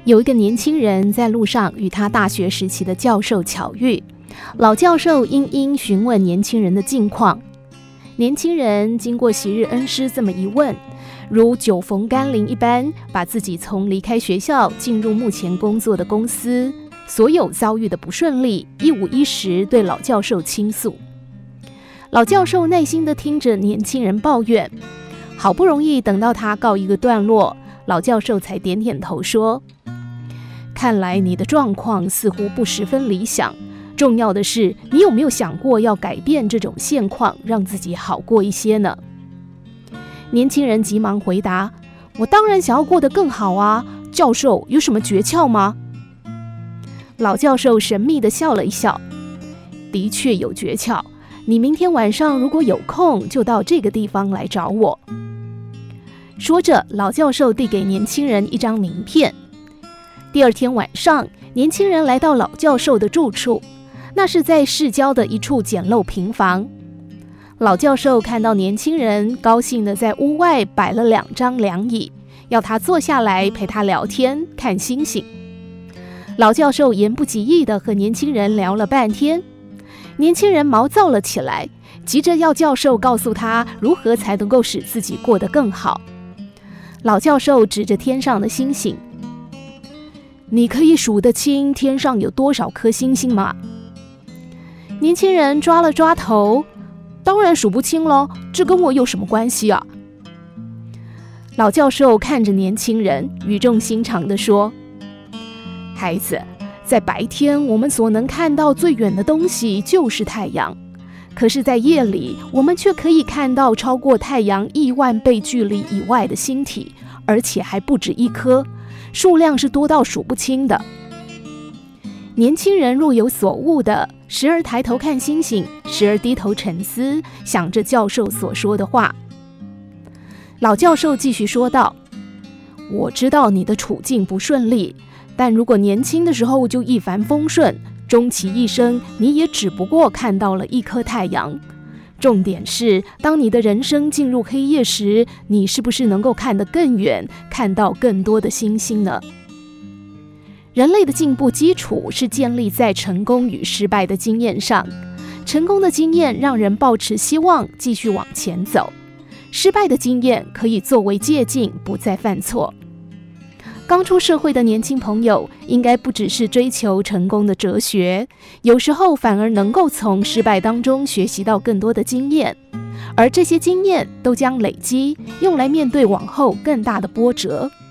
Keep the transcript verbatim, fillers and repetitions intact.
有一个年轻人在路上与他大学时期的教授巧遇，老教授殷殷询问年轻人的近况。年轻人经过昔日恩师这么一问，如久逢甘霖一般，把自己从离开学校进入目前工作的公司所有遭遇的不顺利，一五一十对老教授倾诉。老教授耐心地听着年轻人抱怨，好不容易等到他告一个段落，老教授才点点头说：看来你的状况似乎不十分理想，重要的是你有没有想过要改变这种现况，让自己好过一些呢？年轻人急忙回答：我当然想要过得更好啊，教授有什么诀窍吗？老教授神秘地笑了一笑：的确有诀窍，你明天晚上如果有空，就到这个地方来找我。说着，老教授递给年轻人一张名片。第二天晚上，年轻人来到老教授的住处，那是在市郊的一处简陋平房。老教授看到年轻人，高兴地在屋外摆了两张凉椅，要他坐下来陪他聊天看星星。老教授言不及义地和年轻人聊了半天，年轻人毛躁了起来，急着要教授告诉他如何才能够使自己过得更好。老教授指着天上的星星：你可以数得清天上有多少颗星星吗？年轻人抓了抓头：当然数不清咯，这跟我有什么关系啊？老教授看着年轻人，语重心长地说：孩子，在白天我们所能看到最远的东西就是太阳，可是在夜里我们却可以看到超过太阳亿万倍距离以外的星体，而且还不止一颗，数量是多到数不清的。年轻人若有所悟的，时而抬头看星星，时而低头沉思，想着教授所说的话。老教授继续说道：我知道你的处境不顺利，但如果年轻的时候就一帆风顺，终其一生你也只不过看到了一颗太阳。重点是，当你的人生进入黑夜时，你是不是能够看得更远，看到更多的星星呢？人类的进步基础是建立在成功与失败的经验上，成功的经验让人抱持希望继续往前走，失败的经验可以作为借鉴，不再犯错。刚出社会的年轻朋友应该不只是追求成功的哲学，有时候反而能够从失败当中学习到更多的经验，而这些经验都将累积，用来面对往后更大的波折。